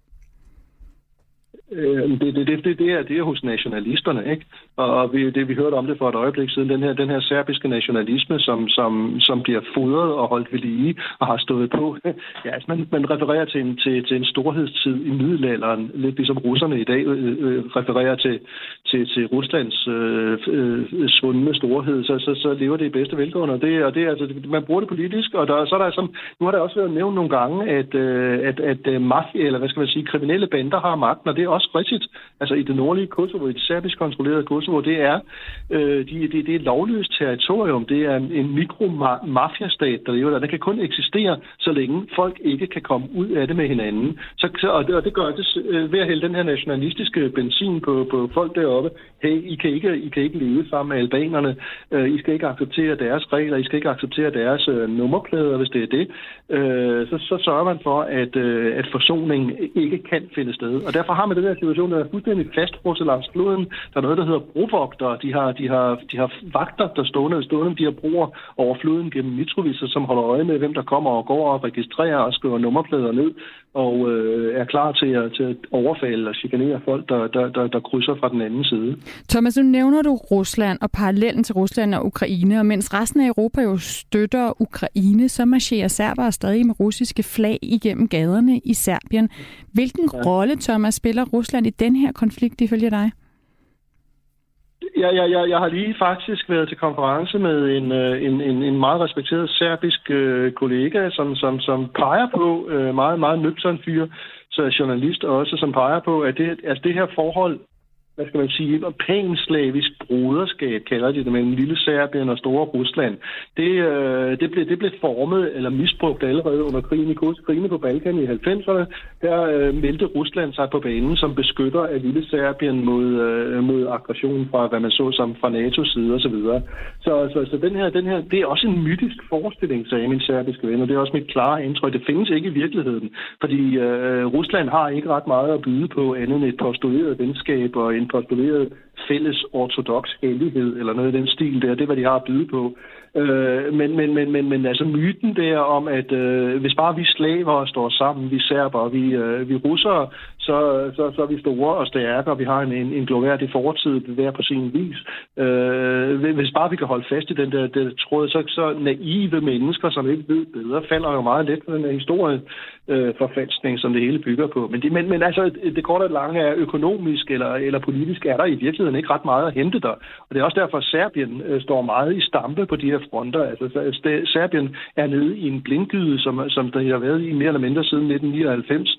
Det er hos nationalisterne, ikke? Og vi hørte om det for et øjeblik siden, den her serbiske nationalisme, som bliver fodret og holdt ved lige og har stået på. Ja, altså man refererer til en storhedstid i middelalderen, lidt ligesom russerne i dag refererer til Ruslands svundne storhed, så lever det i bedste velgående. Og det er altså, man bruger det politisk, og så er der altså, nu har der også været nævnt nogle gange, at mafia, eller hvad skal man sige, kriminelle bander har magten, og det er også rigtigt. Altså i det nordlige Kosovo, i det serbisk kontrollerede Kosovo, det er et lovløst territorium. Det er en mikro-mafiastat, der lever der. Den kan kun eksistere, så længe folk ikke kan komme ud af det med hinanden. Og det gør det ved at hælde den her nationalistiske benzin på folk deroppe. Hey, I kan ikke leve sammen med albanerne. I skal ikke acceptere deres regler. I skal ikke acceptere deres nummerplader, hvis det er det. Så sørger man for, at forsoning ikke kan finde sted. Og derfor har man den her situation, der er fuldstændig fastfrosset langs floden. Der er noget, der hedder brovogtere. De har vagter, der stående de her broer over floden gennem Mitrovica, som holder øje med, hvem der kommer og går og registrerer og skriver nummerplader ned og er klar til at overfalde og chikanere folk, der krydser fra den anden side. Thomas, nu nævner du Rusland og parallellen til Rusland og Ukraine, og mens resten af Europa jo støtter Ukraine, så marcherer serbere stadig med russiske flag igennem gaderne i Serbien. Hvilken rolle, Thomas, spiller Rusland i den her konflikt ifølge dig? Jeg har lige faktisk været til konference med en meget respekteret serbisk kollega, som peger på, meget, meget nøgtern fyr, så journalist også, som peger på, at det her forhold, hvad skal man sige, panslavisk broderskab, kalder de det, mellem lille Serbien og store Rusland. Det blev formet eller misbrugt allerede under krigen på Balkan i 90'erne. Der meldte Rusland sig på banen som beskytter af lille Serbien mod aggression fra, hvad man så som fra NATO's side osv. Så den her, det er også en mytisk forestilling, sagde min serbiske ven, og det er også mit klare indtryk. Det findes ikke i virkeligheden, fordi Rusland har ikke ret meget at byde på andet end et postuleret venskab og en postuleret fælles ortodoks hellighed, eller noget i den stil der. Det er, hvad de har at byde på. Men altså myten der om, at hvis bare vi slaver og står sammen, vi serber, vi russere, så er vi store og stærke, og vi har en glorværdig fortid hver på sin vis. Hvis bare vi kan holde fast i den der tråd, så naive mennesker, som ikke ved bedre, falder jo meget let på den her historieforfalskning, som det hele bygger på. Men altså, det korte og lange er økonomisk eller politisk, er der i virkeligheden ikke ret meget at hente der. Og det er også derfor, at Serbien står meget i stampe på de her fronter. Altså, Serbien er nede i en blindgyde, som der har været i mere eller mindre siden 1999,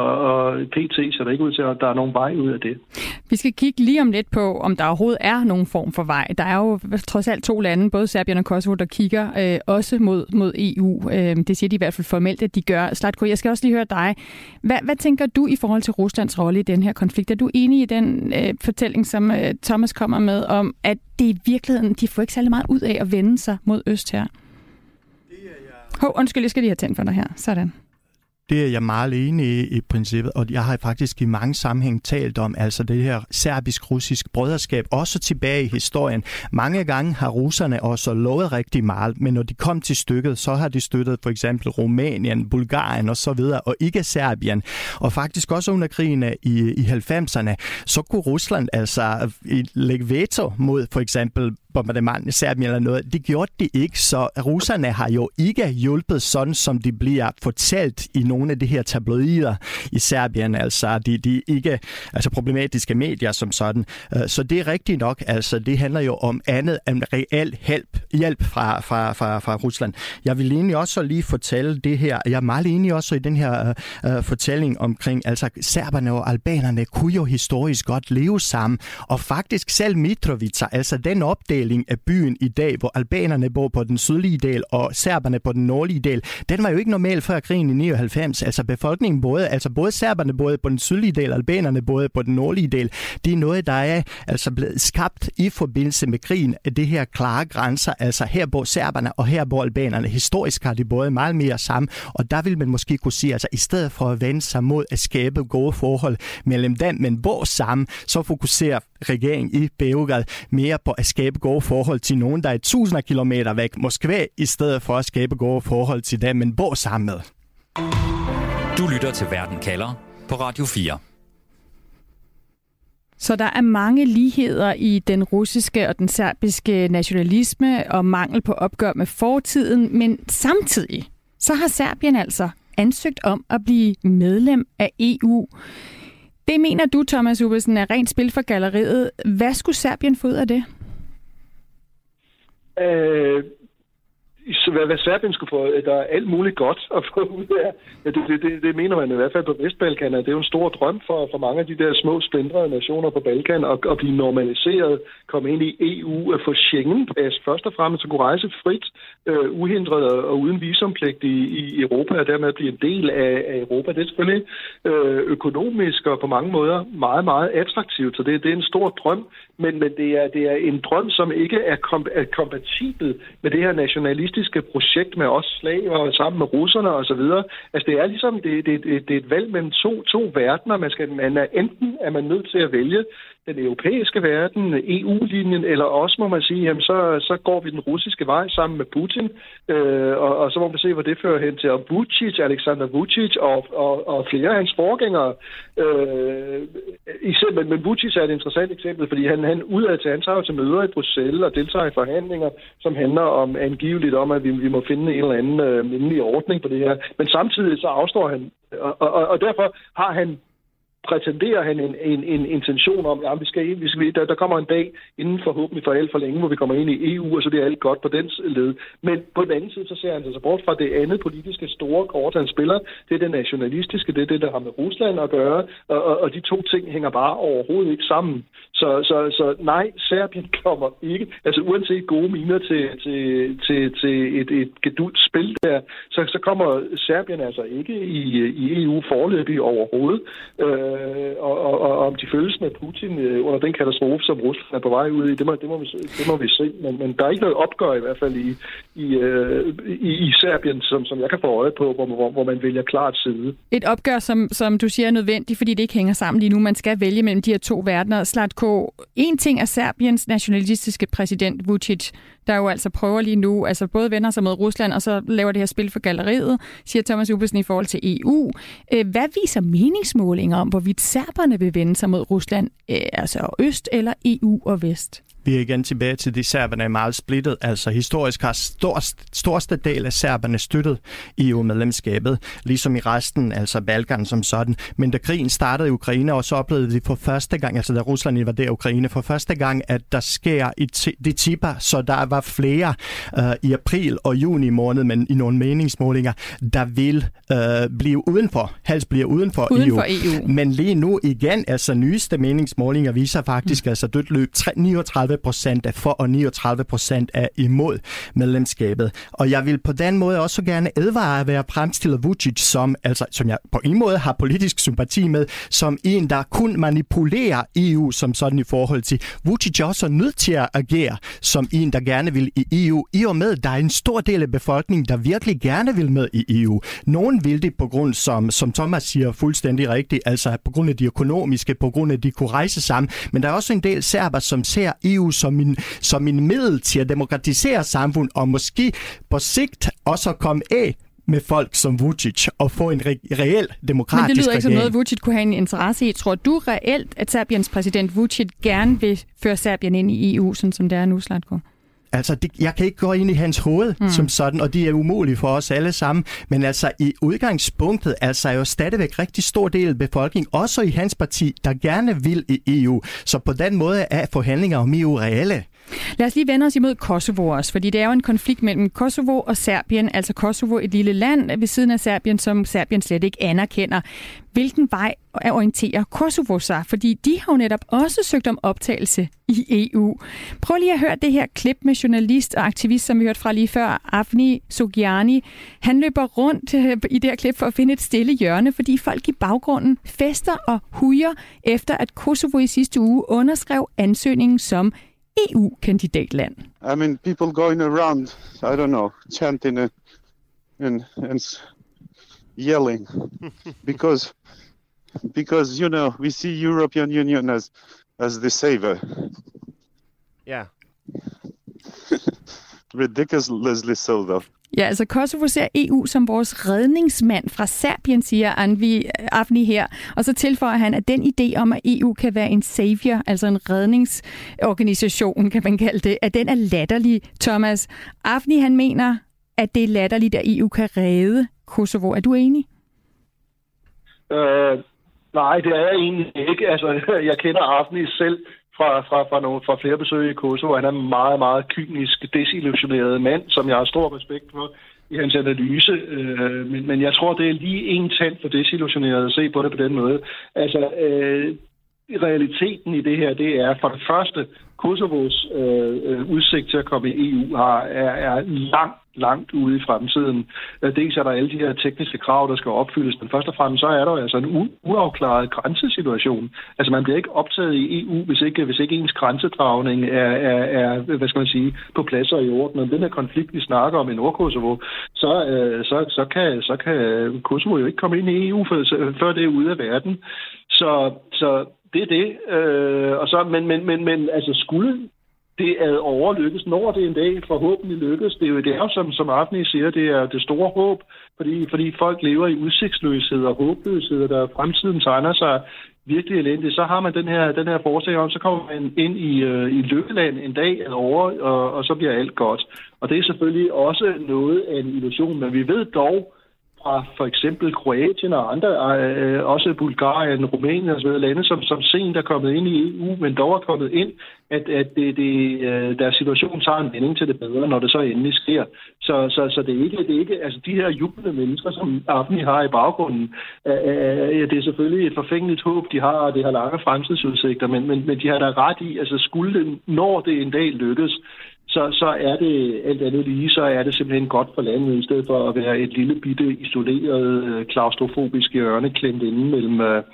og PT ser der ikke ud til, at der er nogen vej ud af det. Vi skal kigge lige om lidt på, om der overhovedet er nogen form for vej. Der er jo trods alt 2 lande, både Serbien og Kosovo, der kigger også mod EU. Det siger de i hvert fald formelt, at de gør. Zlatko, jeg skal også lige høre dig. Hvad tænker du i forhold til Ruslands rolle i den her konflikt? Er du enig i den fortælling, som Thomas kommer med, om at det i virkeligheden, de får ikke særlig meget ud af at vende sig mod øst her? Undskyld, jeg skal lige have tændt for dig her. Sådan. Det er jeg meget enig i princippet, og jeg har faktisk i mange sammenhæng talt om altså det her serbisk-russisk brødreskab, også tilbage i historien. Mange gange har russerne også lovet rigtig meget, men når de kom til stykket, så har de støttet for eksempel Rumænien, Bulgarien og så videre, og ikke Serbien. Og faktisk også under krigen i 90'erne, så kunne Rusland altså lægge veto mod for eksempel bombardement i Serbien eller noget. Det gjorde de ikke, så russerne har jo ikke hjulpet sådan, som de bliver fortalt i nogle af de her tabloider i Serbien, altså de ikke altså problematiske medier som sådan. Så det er rigtigt nok, altså det handler jo om andet end reel hjælp fra Rusland. Jeg vil egentlig også lige fortælle det her, jeg er meget enig også i den her fortælling omkring, altså serberne og albanerne kunne jo historisk godt leve sammen, og faktisk selv Mitrovica, altså den opdeling af byen i dag, hvor albanerne bor på den sydlige del og serberne på den nordlige del, den var jo ikke normal før krigen i 99. Altså befolkningen både serberne boede på den sydlige del, albanerne boede på den nordlige del. Det er noget, der er altså blevet skabt i forbindelse med krigen af det her klare grænser. Altså her bor serberne og her bor albanerne. Historisk har de både meget mere sammen, og der vil man måske kunne sige, altså i stedet for at vende sig mod at skabe gode forhold mellem dem, men bor sammen, så fokuserer regeringen i Beograd mere på at skabe gode forhold til nogen, der er 1000 kilometer væk, Moskva, i stedet for at skabe gode forhold til dem, men bor sammen med. Du lytter til Verden kalder på Radio 4. Så der er mange ligheder i den russiske og den serbiske nationalisme og mangel på opgør med fortiden, men samtidig så har Serbien altså ansøgt om at blive medlem af EU. Det mener du, Thomas Ubbesen, er rent spil for galleriet. Hvad skulle Serbien få ud af det? Hvad Serbien skulle få, der er alt muligt godt at få ud af. Det mener man i hvert fald på Vestbalkan, at det er jo en stor drøm for mange af de der små splindrede nationer på Balkan at blive normaliseret, komme ind i EU, at få Schengen-pas først og fremmest, at kunne rejse frit, uhindret og uden visumpligt i Europa, og dermed blive en del af Europa. Det er selvfølgelig økonomisk og på mange måder meget, meget attraktivt, så det er en stor drøm, men det er en drøm, som ikke er kompatibel med det her nationalistiske projekt med os slaver sammen med russerne og så videre. Altså det er ligesom det er et valg mellem to verdener. Enten er man nødt til at vælge den europæiske verden, EU-linjen, eller også må man sige, jamen så går vi den russiske vej sammen med Putin, og så må man se, hvor det fører hen til. Og Vučić, Aleksandar Vučić og flere af hans forgængere, men Vučić er et interessant eksempel, fordi han udad til, han tager til møder i Bruxelles og deltager i forhandlinger, som handler om angiveligt om, at vi må finde en eller anden mindelig ordning på det her. Men samtidig så afstår han, og derfor prætenderer han en intention om, at der kommer en dag inden forhåbentlig for alt for længe, hvor vi kommer ind i EU, og så bliver alt godt på den led. Men på den anden side, så ser han sig bort fra det andet politiske store kort, han spiller. Det er det nationalistiske, det er det, der har med Rusland at gøre, og de to ting hænger bare overhovedet ikke sammen. Så nej, Serbien kommer ikke, altså uanset gode miner til et gedulgt spil der, så kommer Serbien altså ikke i EU foreløbig overhovedet. og om de følges med Putin under den katastrofe, som Rusland er på vej ud i, det må vi se. Men der er ikke noget opgør i hvert fald i Serbien, som jeg kan få øje på, hvor man vælger klart side. Et opgør, som du siger er nødvendigt, fordi det ikke hænger sammen lige nu. Man skal vælge mellem de her to verdener. Zlatko, en ting er Serbiens nationalistiske præsident Vučić, der jo altså prøver lige nu, altså både vender sig mod Rusland, og så laver det her spil for galleriet, siger Thomas Ubbesen i forhold til EU. Hvad viser meningsmålinger om, hvorvidt serberne vil vende sig mod Rusland, altså øst eller EU og vest? Vi er igen tilbage til, de serberne er meget splittet. Altså historisk har største del af serberne støttet EU-medlemskabet, ligesom i resten, altså Balkan som sådan. Men da krigen startede i Ukraine, og så oplevede vi for første gang, altså da Rusland invaderede Ukraine, for første gang, at der sker det tipper, så der var flere i april og juni måned, men i nogle meningsmålinger, der vil blive udenfor, helst bliver udenfor EU. Men lige nu igen, altså nyeste meningsmålinger viser faktisk, altså dødt løb 39% er for, og 39% er imod medlemskabet. Og jeg vil på den måde også gerne advare at være fremstillet Vučić som jeg på en måde har politisk sympati med, som en, der kun manipulerer EU som sådan i forhold til. Vučić er også nødt til at agere som en, der gerne vil i EU, i og med, der er en stor del af befolkningen, der virkelig gerne vil med i EU. Nogen vil det på grund, som Thomas siger fuldstændig rigtigt, altså på grund af de økonomiske, på grund af de kunne rejse sammen, men der er også en del serber, som ser EU som en middel til at demokratisere samfund, og måske på sigt også komme af med folk som Vučić og få en reel demokratisk regering. Men det lyder ikke som noget, Vučić kunne have en interesse i. Tror du reelt, at Serbiens præsident Vučić gerne vil føre Serbien ind i EU, sådan som det er nu, Zlatko? Altså, jeg kan ikke gå ind i hans hoved som sådan, og det er umuligt for os alle sammen. Men altså, i udgangspunktet er jo stadigvæk rigtig stor del af befolkningen, også i hans parti, der gerne vil i EU. Så på den måde er forhandlinger om EU reelle. Lad os lige vende os imod Kosovo også, fordi det er jo en konflikt mellem Kosovo og Serbien. Altså Kosovo, et lille land ved siden af Serbien, som Serbien slet ikke anerkender. Hvilken vej orienterer Kosovo sig? Fordi de har jo netop også søgt om optagelse i EU. Prøv lige at høre det her klip med journalist og aktivist, som vi hørte fra lige før, Afni Sogiani. Han løber rundt i det her klip for at finde et stille hjørne, fordi folk i baggrunden fester og hujer efter, at Kosovo i sidste uge underskrev ansøgningen som EU-kandidatland. I mean, people going around, I don't know, chanting and yelling because you know we see European Union as the savior. Yeah. Ridiculously so, though. Ja, altså Kosovo ser EU som vores redningsmand fra Serbien, siger Afni her. Og så tilføjer han, at den idé om, at EU kan være en savior, altså en redningsorganisation, kan man kalde det, at den er latterlig. Thomas, Afni han mener, at det er latterligt, at EU kan redde Kosovo. Er du enig? Nej, det er jeg egentlig ikke. Altså, jeg kender Afni selv fra flere besøg i Kosovo. Han er en meget, meget kynisk, desillusioneret mand, som jeg har stor respekt for i hans analyse. Men jeg tror, det er lige en tand for desillusioneret at se på det på den måde. Altså, realiteten i det her, det er for det første, Kosovos udsigt til at komme i EU er langt ude i fremtiden. Dels er der alle de her tekniske krav, der skal opfyldes, men først og fremmest så er der altså en uafklaret grænsesituation. Altså man bliver ikke optaget i EU, hvis ikke ens grænsedragning er hvad skal man sige, på plads og i orden. Men den her konflikt, vi snakker om i Nordkosovo, så kan Kosovo jo ikke komme ind i EU, før det er ude af verden. Så det er det. Men altså skulle det ad overlykkes, når det en dag forhåbentlig lykkes. Det er jo som Afni siger, det er det store håb, fordi folk lever i udsigtsløshed og håbløshed, og der fremtiden tegner sig virkelig elendigt. Så har man den her forestilling om, så kommer man ind i lykkeland en dag ad over, og så bliver alt godt. Og det er selvfølgelig også noget af en illusion, men vi ved dog, for eksempel Kroatien og andre, også Bulgarien, Rumænien og så videre, lande, som sent er kommet ind i EU, men dog er kommet ind, at deres situation tager en vending til det bedre, når det så endelig sker. Så det er ikke, altså de her jublende mennesker, som Afni har i baggrunden, det er selvfølgelig et forfængeligt håb, de har, og det har lange fremtidsudsigter, men de har da ret i, altså skulle det, når det en dag lykkes, så er det alt andet lige, så er det simpelthen godt for landet, i stedet for at være et lille bitte, isoleret, klaustrofobisk hjørne klemt inde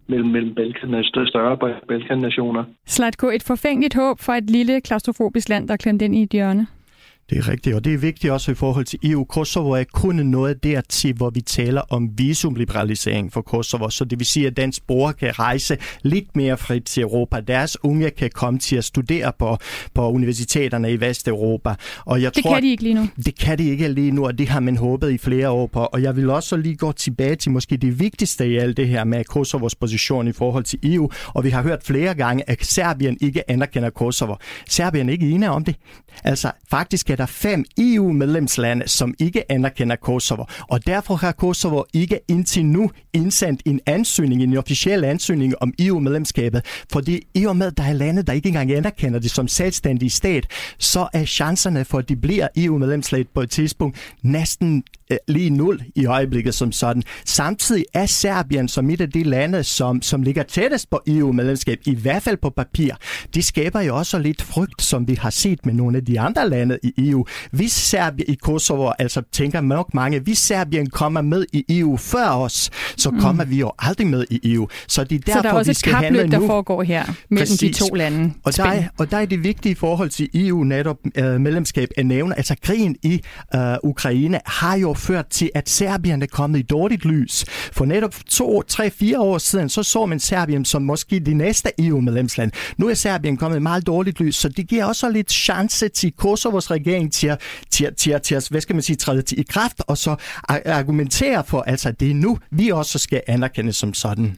mellem større Balkan-nationer. Zlatko, et forfængeligt håb for et lille klaustrofobisk land, der er klemt ind i et hjørne. Det er rigtigt, og det er vigtigt også i forhold til EU. Kosovo er kun noget dertil, hvor vi taler om visumliberalisering for Kosovo, så det vil sige, at dansk borger kan rejse lidt mere frit til Europa. Deres unge kan komme til at studere på universiteterne i Vesteuropa. Og kan de ikke lige nu. Det kan de ikke lige nu, og det har man håbet i flere år på. Og jeg vil også lige gå tilbage til måske det vigtigste i alt det her med Kosovos position i forhold til EU. Og vi har hørt flere gange, at Serbien ikke anerkender Kosovo. Serbien er ikke enige om det. Altså, faktisk er der 5 EU-medlemslande, som ikke anerkender Kosovo. Og derfor har Kosovo ikke indtil nu indsendt en officiel ansøgning om EU-medlemskabet. Fordi i og med, at der er lande, der ikke engang anerkender det som selvstændig stat, så er chancerne for, at de bliver EU-medlemsland på et tidspunkt næsten lige 0 i øjeblikket som sådan. Samtidig er Serbien som et af de lande, som ligger tættest på EU-medlemskab, i hvert fald på papir. De skaber jo også lidt frygt, som vi har set med nogle af de andre lande i EU. Hvis Serbien i Kosovo, altså tænker nok mange, hvis Serbien kommer med i EU før os, så kommer vi jo aldrig med i EU. Så det er derfor, så der er også et kapløb, der foregår her mellem de to lande. Og der er det vigtige i forhold til EU netop medlemskab at nævne. Altså krigen i Ukraine har jo ført til, at Serbien er kommet i dårligt lys. For netop 2, 3, 4 år siden, så man Serbien som måske det næste EU-medlemsland. Nu er Serbien kommet i meget dårligt lys, så det giver også lidt chance til Kosovos regering til at hvad skal man sige, træde til i kraft, og så argumentere for, altså det er nu, vi også skal anerkende som sådan.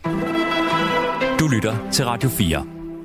Du lytter til Radio 4.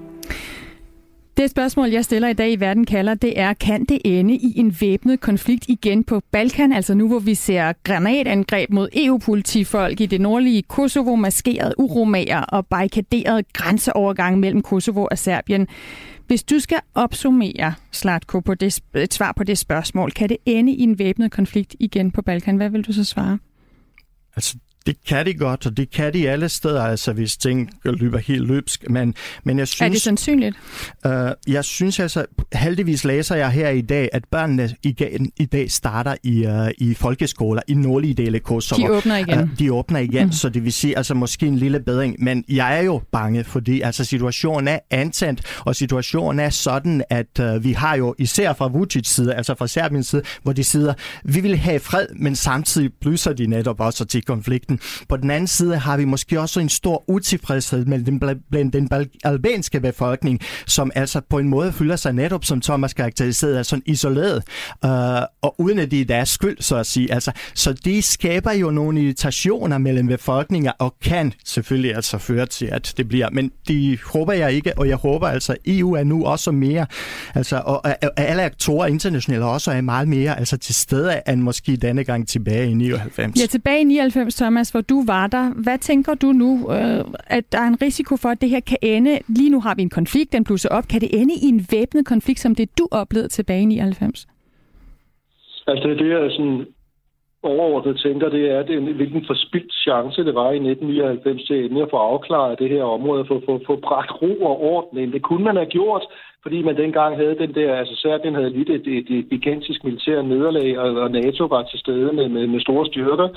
Det spørgsmål, jeg stiller i dag i Verden kalder, det er, kan det ende i en væbnet konflikt igen på Balkan? Altså nu, hvor vi ser granatangreb mod EU-politifolk i det nordlige Kosovo, maskeret uromager og barrikaderet grænseovergang mellem Kosovo og Serbien. Hvis du skal opsummere, Zlatko, på et svar på det spørgsmål, kan det ende i en væbnet konflikt igen på Balkan? Hvad vil du så svare? Altså, det kan de godt, og det kan de alle steder, altså hvis ting løber helt løbsk. Men jeg synes, er det sandsynligt? Jeg synes altså, heldigvis læser jeg her i dag, at børnene i dag starter i folkeskoler i nordlige dele af Kosovo. De åbner igen. Så det vil sige altså måske en lille bedring. Men jeg er jo bange, fordi altså situationen er antændt, og situationen er sådan, at vi har jo især fra Vučić side, altså fra Serbiens side, hvor de siger, vi vil have fred, men samtidig blyser de netop også til konflikten. På den anden side har vi måske også en stor utilfredshed blandt den albanske befolkning, som altså på en måde føler sig netop, som Thomas karakteriserede, altså isoleret, og uden at det er deres skyld, så at sige. Altså, så det skaber jo nogle irritationer mellem befolkninger, og kan selvfølgelig altså føre til, at det bliver. Men det håber jeg ikke, og jeg håber altså, EU er nu også mere, altså, og alle aktorer internationalt også er meget mere altså til stede, end måske denne gang tilbage i 99. Ja, tilbage i 99, Thomas, hvor du var der. Hvad tænker du nu, at der er en risiko for, at det her kan ende? Lige nu har vi en konflikt, den blusser op. Kan det ende i en væbnet konflikt, som det du oplevede tilbage i 99? Altså det er sådan overordnet tænker, det er, hvilken forspildt chance det var i 1999 til endelig at få afklaret det her område, få bragt ro og orden ind. Det kunne man have gjort, fordi man dengang havde den der, altså Serbien havde lidt et gigantisk militær nederlag, og NATO var til stede med store styrker,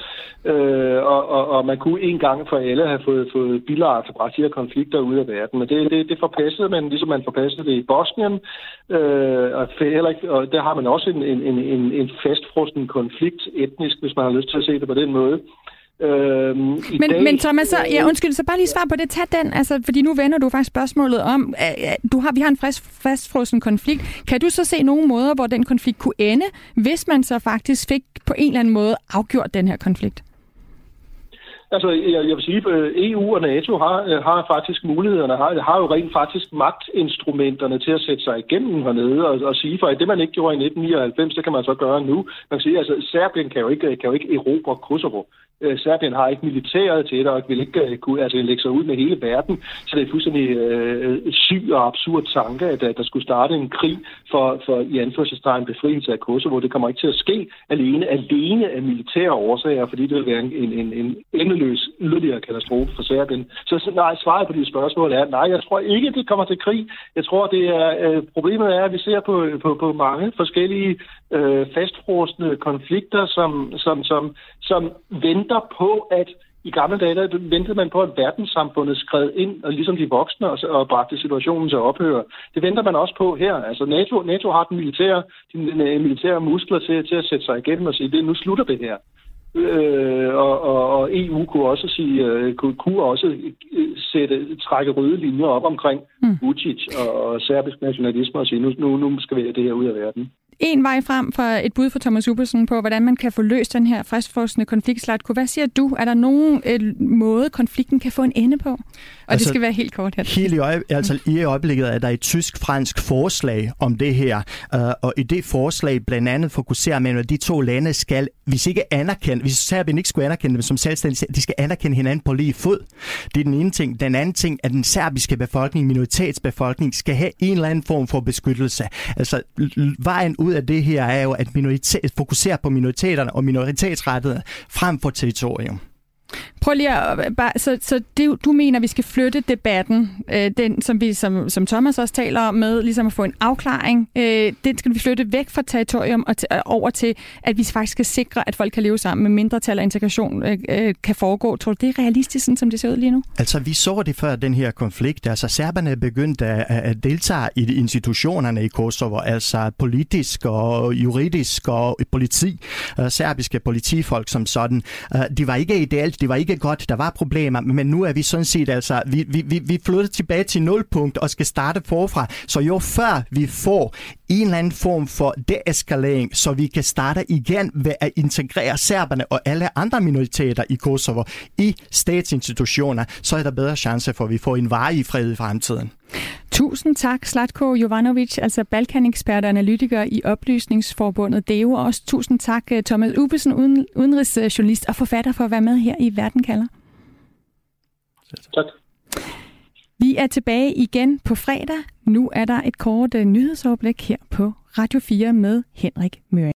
og man kunne en gang for alle have fået bilag til bragt de her konflikter ud af verden. Men det forpassede man, ligesom man forpassede det i Bosnien, og der har man også en fastfrosten konflikt etnisk, hvis man har lyst til at se det på den måde. Men Thomas, så bare lige svar på det. Tag den, altså, fordi nu vender du faktisk spørgsmålet om, vi har en fastfrossen konflikt. Kan du så se nogle måder, hvor den konflikt kunne ende, hvis man så faktisk fik på en eller anden måde afgjort den her konflikt? Altså, jeg vil sige, at EU og NATO har faktisk mulighederne, har jo rent faktisk magtinstrumenterne til at sætte sig igennem hernede og sige, for at det man ikke gjorde i 1999, det kan man så gøre nu. Man kan sige, altså Serbien kan jo ikke erobre Kosovo. Serbien har ikke militæret til det, og vil ikke kunne lægge sig ud med hele verden. Så det er fuldstændig syg og absurd tanke, at der skulle starte en krig for i anførselstegn befrielse af Kosovo. Det kommer ikke til at ske alene af militære årsager, fordi det vil være en endeløs yderligere katastrofe for Serbien. Så nej, svaret på de spørgsmål er, nej, jeg tror ikke, det kommer til krig. Jeg tror, det er problemet er, at vi ser på mange forskellige fastfrosne konflikter, som venter på, at I gamle dage, der ventede man på, at verdenssamfundet skred ind, og ligesom de voksne, og bragte situationen til ophør. Det venter man også på her. Altså NATO har de militære muskler til at sætte sig igennem og sige, nu slutter det her. Og EU kunne også trække røde linjer op omkring Vučić og serbisk nationalisme og sige, nu skal vi have det her ud af verden. En vej frem for et bud fra Thomas Ubbesen på, hvordan man kan få løst den her friskforskende konflikt. Zlatko, hvad siger du? Er der nogen måde, konflikten kan få en ende på? Og altså, det skal være helt kort her. I øjeblikket er der et tysk-fransk forslag om det her, og i det forslag blandt andet fokuserer man, at de to lande skal, hvis Serbien ikke skulle anerkende dem som selvstændige, de skal anerkende hinanden på lige fod. Det er den ene ting. Den anden ting, at den serbiske befolkning, minoritetsbefolkning, skal have en eller anden form for beskyttelse. Altså, vejen ud af det her er jo, at fokusere på minoriteterne og minoritetsrettigheder frem for territorium. Prøv lige så du mener, vi skal flytte debatten, den som vi som Thomas også taler om med, ligesom at få en afklaring. Den skal vi flytte væk fra territorium og over til, at vi faktisk skal sikre, at folk kan leve sammen med mindretal og integration kan foregå. Tror du, det er realistisk, sådan, som det ser ud lige nu? Altså, vi så det før den her konflikt. Altså, serberne begyndte at deltage i institutionerne i Kosovo, altså politisk og juridisk og politi, serbiske politifolk som sådan. De var ikke ideelt, det var ikke godt, der var problemer, men nu er vi sådan set, altså, vi flytter tilbage til nulpunkt og skal starte forfra. Så jo før vi får en eller anden form for deeskalering, så vi kan starte igen ved at integrere serberne og alle andre minoriteter i Kosovo i statsinstitutioner, så er der bedre chance for, at vi får en varig fred i fremtiden. Tusind tak, Zlatko Jovanović, altså Balkan-ekspert og analytiker i Oplysningsforbundet DEO. Og også tusind tak, Thomas Ubbesen, udenrigsjournalist og forfatter, for at være med her i Verden kalder. Tak. Vi er tilbage igen på fredag. Nu er der et kort nyhedsoverblik her på Radio 4 med Henrik Møring.